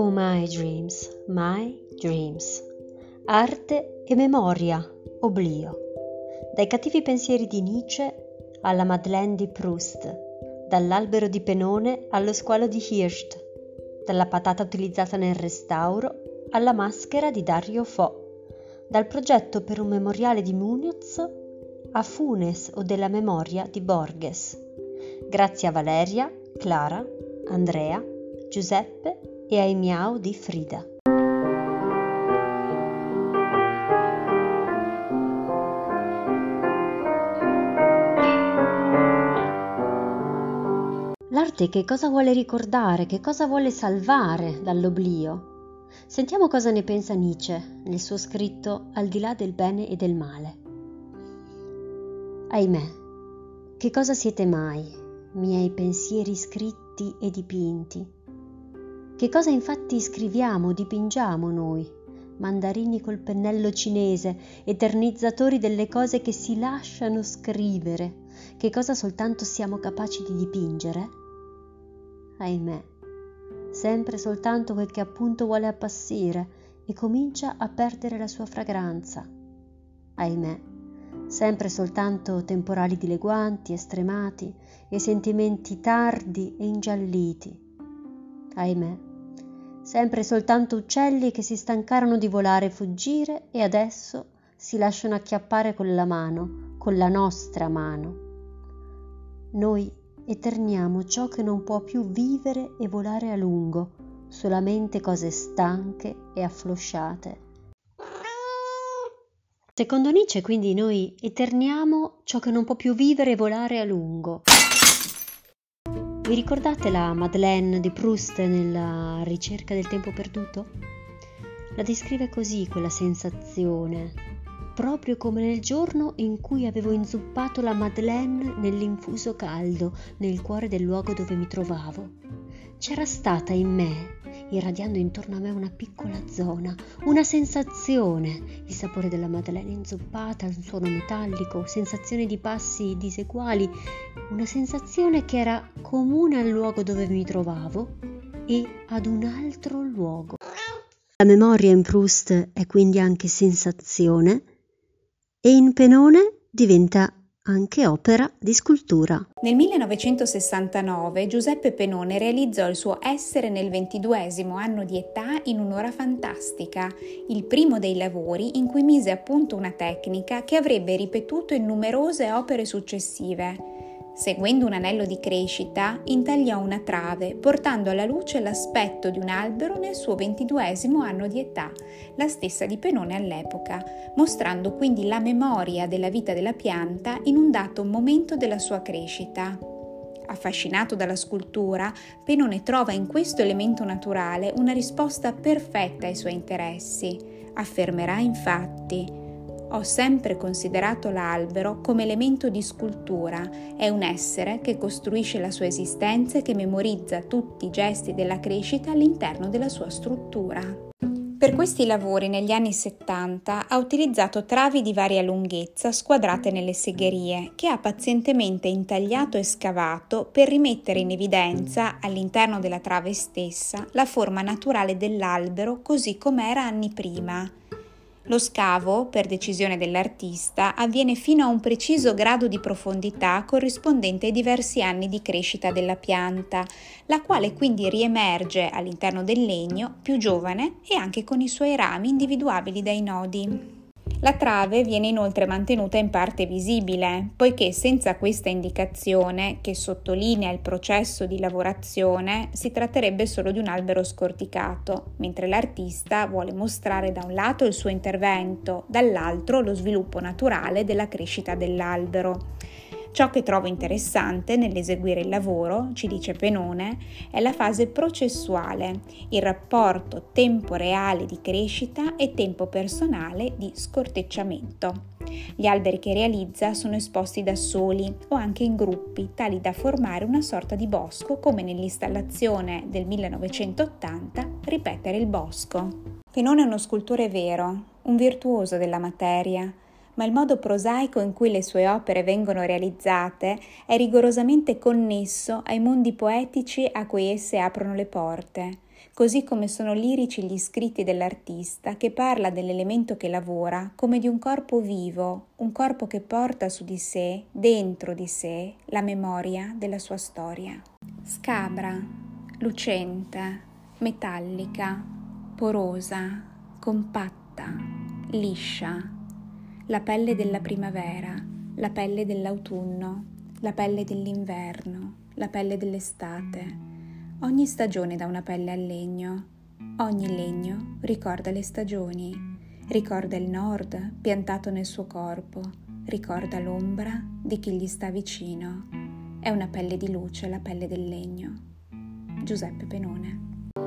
Oh my dreams. Arte e memoria, oblio. Dai cattivi pensieri di Nietzsche alla Madeleine di Proust, dall'albero di Penone allo squalo di Hirst, dalla patata utilizzata nel restauro alla maschera di Dario Fo, dal progetto per un memoriale di Munoz a Funes o della memoria di Borges. Grazie a Valeria, Clara, Andrea, Giuseppe e ai miau di Frida. L'arte che cosa vuole ricordare, che cosa vuole salvare dall'oblio? Sentiamo cosa ne pensa Nietzsche nel suo scritto Al di là del bene e del male. Ahimè, che cosa siete mai, miei pensieri scritti e dipinti? Che cosa infatti scriviamo, dipingiamo noi, mandarini col pennello cinese, eternizzatori delle cose che si lasciano scrivere? Che cosa soltanto siamo capaci di dipingere? Ahimè, sempre soltanto quel che appunto vuole appassire e comincia a perdere la sua fragranza. Ahimè, sempre soltanto temporali dileguanti, estremati e sentimenti tardi e ingialliti. Ahimè, sempre soltanto uccelli che si stancarono di volare e fuggire e adesso si lasciano acchiappare con la mano, con la nostra mano. Noi eterniamo ciò che non può più vivere e volare a lungo, solamente cose stanche e afflosciate. Secondo Nietzsche, quindi, noi eterniamo ciò che non può più vivere e volare a lungo. Vi ricordate la Madeleine di Proust nella ricerca del tempo perduto? La descrive così quella sensazione, proprio come nel giorno in cui avevo inzuppato la Madeleine nell'infuso caldo nel cuore del luogo dove mi trovavo. C'era stata in me, irradiando intorno a me una piccola zona, una sensazione, il sapore della Madeleine inzuppata, un suono metallico, sensazione di passi diseguali, una sensazione che era comune al luogo dove mi trovavo e ad un altro luogo. La memoria in Proust è quindi anche sensazione e in Penone diventa anche opera di scultura. Nel 1969 Giuseppe Penone realizzò il suo Essere nel 22° anno di età in un'ora fantastica, il primo dei lavori in cui mise a punto una tecnica che avrebbe ripetuto in numerose opere successive. Seguendo un anello di crescita, intagliò una trave, portando alla luce l'aspetto di un albero nel suo 22° anno di età, la stessa di Penone all'epoca, mostrando quindi la memoria della vita della pianta in un dato momento della sua crescita. Affascinato dalla scultura, Penone trova in questo elemento naturale una risposta perfetta ai suoi interessi. Affermerà infatti: «Ho sempre considerato l'albero come elemento di scultura, è un essere che costruisce la sua esistenza e che memorizza tutti i gesti della crescita all'interno della sua struttura». Per questi lavori negli anni 70 ha utilizzato travi di varia lunghezza squadrate nelle segherie, che ha pazientemente intagliato e scavato per rimettere in evidenza, all'interno della trave stessa, la forma naturale dell'albero così com'era anni prima. Lo scavo, per decisione dell'artista, avviene fino a un preciso grado di profondità corrispondente ai diversi anni di crescita della pianta, la quale quindi riemerge all'interno del legno più giovane e anche con i suoi rami individuabili dai nodi. La trave viene inoltre mantenuta in parte visibile, poiché senza questa indicazione, che sottolinea il processo di lavorazione, si tratterebbe solo di un albero scorticato, mentre l'artista vuole mostrare da un lato il suo intervento, dall'altro lo sviluppo naturale della crescita dell'albero. Ciò che trovo interessante nell'eseguire il lavoro, ci dice Penone, è la fase processuale, il rapporto tempo reale di crescita e tempo personale di scortecciamento. Gli alberi che realizza sono esposti da soli o anche in gruppi, tali da formare una sorta di bosco, come nell'installazione del 1980 Ripetere il bosco. Penone è uno scultore vero, un virtuoso della materia, ma il modo prosaico in cui le sue opere vengono realizzate è rigorosamente connesso ai mondi poetici a cui esse aprono le porte. così come sono lirici gli scritti dell'artista che parla dell'elemento che lavora come di un corpo vivo, un corpo che porta su di sé, dentro di sé, la memoria della sua storia. Scabra, lucente, metallica, porosa, compatta, liscia, la pelle della primavera, la pelle dell'autunno, la pelle dell'inverno, la pelle dell'estate. Ogni stagione dà una pelle al legno, ogni legno ricorda le stagioni, ricorda il nord piantato nel suo corpo, ricorda l'ombra di chi gli sta vicino. È una pelle di luce la pelle del legno. Giuseppe Penone.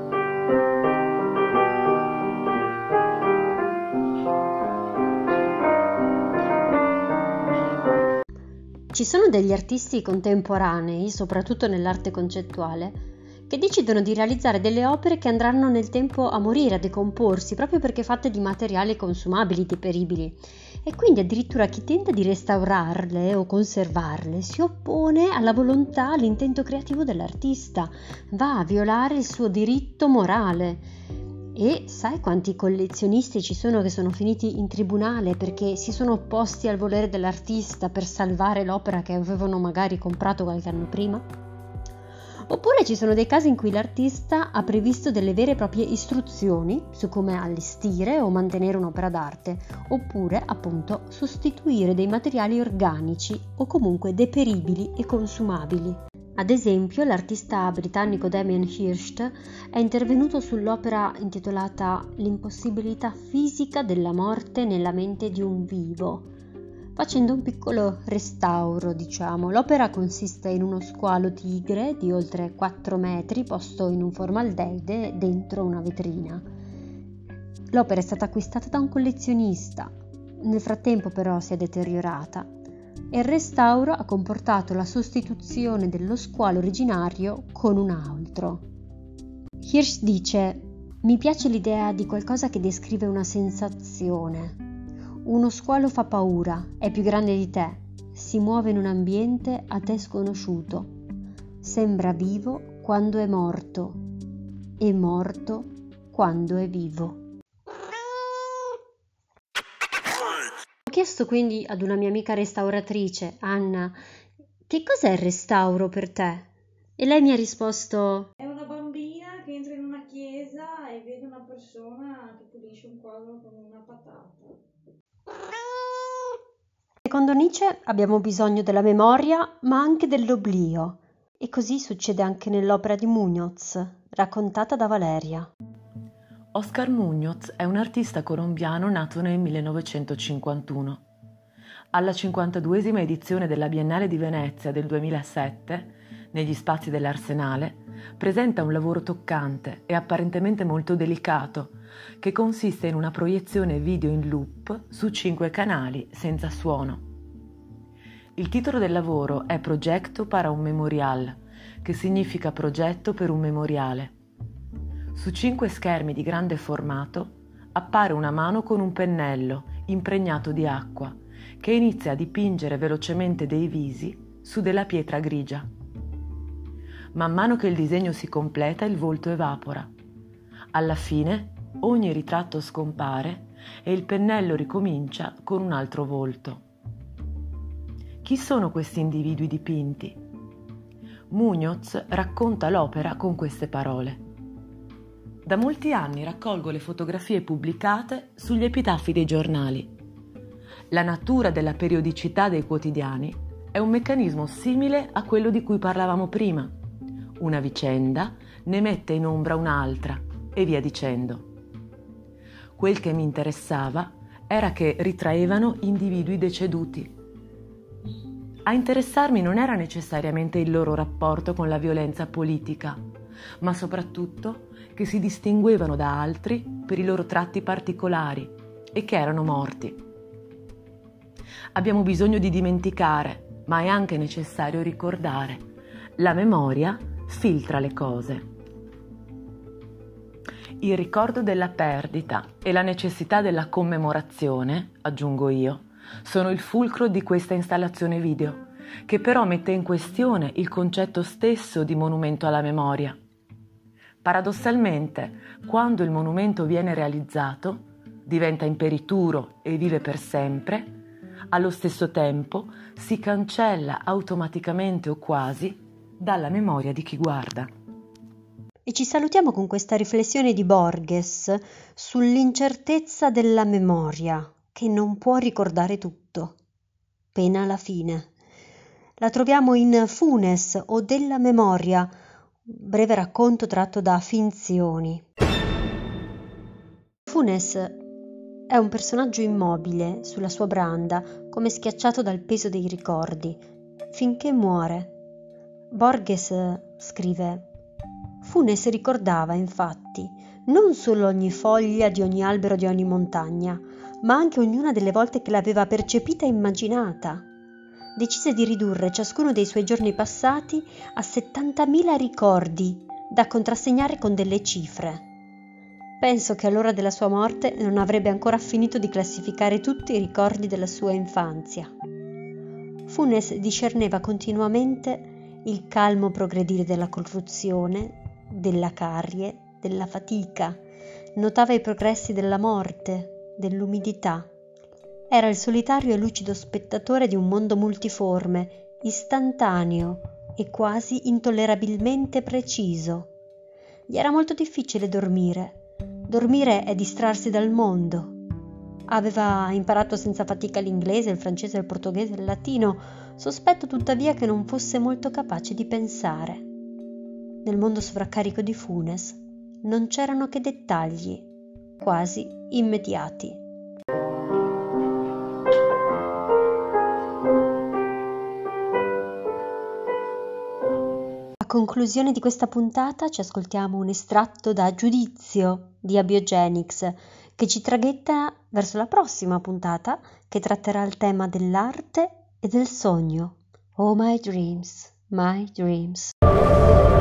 Ci sono degli artisti contemporanei, soprattutto nell'arte concettuale, che decidono di realizzare delle opere che andranno nel tempo a morire, a decomporsi, proprio perché fatte di materiali consumabili, deperibili. E quindi addirittura chi tenta di restaurarle o conservarle si oppone alla volontà, all'intento creativo dell'artista, va a violare il suo diritto morale. E sai quanti collezionisti ci sono che sono finiti in tribunale perché si sono opposti al volere dell'artista per salvare l'opera che avevano magari comprato qualche anno prima? Oppure ci sono dei casi in cui l'artista ha previsto delle vere e proprie istruzioni su come allestire o mantenere un'opera d'arte, oppure appunto sostituire dei materiali organici o comunque deperibili e consumabili. Ad esempio, l'artista britannico Damien Hirst è intervenuto sull'opera intitolata L'impossibilità fisica della morte nella mente di un vivo, facendo un piccolo restauro, diciamo. L'opera consiste in uno squalo tigre di oltre 4 metri posto in un formaldeide dentro una vetrina. L'opera è stata acquistata da un collezionista, nel frattempo però si è deteriorata e il restauro ha comportato la sostituzione dello squalo originario con un altro. Hirsch dice: «Mi piace l'idea di qualcosa che descrive una sensazione. Uno squalo fa paura, è più grande di te, si muove in un ambiente a te sconosciuto, sembra vivo quando è morto e morto quando è vivo». Ho chiesto quindi ad una mia amica restauratrice, Anna, che cos'è il restauro per te? E lei mi ha risposto: è una bambina che entra in una chiesa e vede una persona che pulisce un quadro con una patata. Secondo Nietzsche abbiamo bisogno della memoria, ma anche dell'oblio. E così succede anche nell'opera di Muñoz, raccontata da Valeria. Oscar Muñoz è un artista colombiano nato nel 1951. Alla 52esima edizione della Biennale di Venezia del 2007, negli spazi dell'Arsenale, presenta un lavoro toccante e apparentemente molto delicato, che consiste in una proiezione video in loop su 5 canali senza suono. Il titolo del lavoro è Proyecto para un Memorial, che significa progetto per un memoriale. Su 5 schermi di grande formato appare una mano con un pennello impregnato di acqua che inizia a dipingere velocemente dei visi su della pietra grigia. Man mano che il disegno si completa, il volto evapora. Alla fine, ogni ritratto scompare e il pennello ricomincia con un altro volto. Chi sono questi individui dipinti? Muñoz racconta l'opera con queste parole. Da molti anni raccolgo le fotografie pubblicate sugli epitafi dei giornali. La natura della periodicità dei quotidiani è un meccanismo simile a quello di cui parlavamo prima. Una vicenda ne mette in ombra un'altra e via dicendo. Quel che mi interessava era che ritraevano individui deceduti. A interessarmi non era necessariamente il loro rapporto con la violenza politica, ma soprattutto che si distinguevano da altri per i loro tratti particolari e che erano morti. Abbiamo bisogno di dimenticare, ma è anche necessario ricordare. La memoria filtra le cose. Il ricordo della perdita e la necessità della commemorazione, aggiungo io, sono il fulcro di questa installazione video, che però mette in questione il concetto stesso di monumento alla memoria. Paradossalmente, quando il monumento viene realizzato, diventa imperituro e vive per sempre, allo stesso tempo si cancella automaticamente o quasi dalla memoria di chi guarda. E ci salutiamo con questa riflessione di Borges sull'incertezza della memoria, che non può ricordare tutto, pena la fine. La troviamo in Funes o Della memoria, breve racconto tratto da Finzioni. Funes è un personaggio immobile sulla sua branda, come schiacciato dal peso dei ricordi, finché muore. Borges scrive: Funes ricordava, infatti, non solo ogni foglia di ogni albero di ogni montagna, ma anche ognuna delle volte che l'aveva percepita e immaginata. Decise di ridurre ciascuno dei suoi giorni passati a 70.000 ricordi da contrassegnare con delle cifre. Penso che all'ora della sua morte non avrebbe ancora finito di classificare tutti i ricordi della sua infanzia. Funes discerneva continuamente il calmo progredire della corruzione, della carie, della fatica, notava i progressi della morte, dell'umidità. Era il solitario e lucido spettatore di un mondo multiforme, istantaneo e quasi intollerabilmente preciso. Gli era molto difficile dormire. Dormire è distrarsi dal mondo. Aveva imparato senza fatica l'inglese, il francese, il portoghese e il latino. Sospetto tuttavia che non fosse molto capace di pensare. Nel mondo sovraccarico di Funes non c'erano che dettagli, quasi immediati. A conclusione di questa puntata ci ascoltiamo un estratto da Giudizio di Abiogenics che ci traghetta verso la prossima puntata che tratterà il tema dell'arte e del sogno. Oh my dreams, my dreams.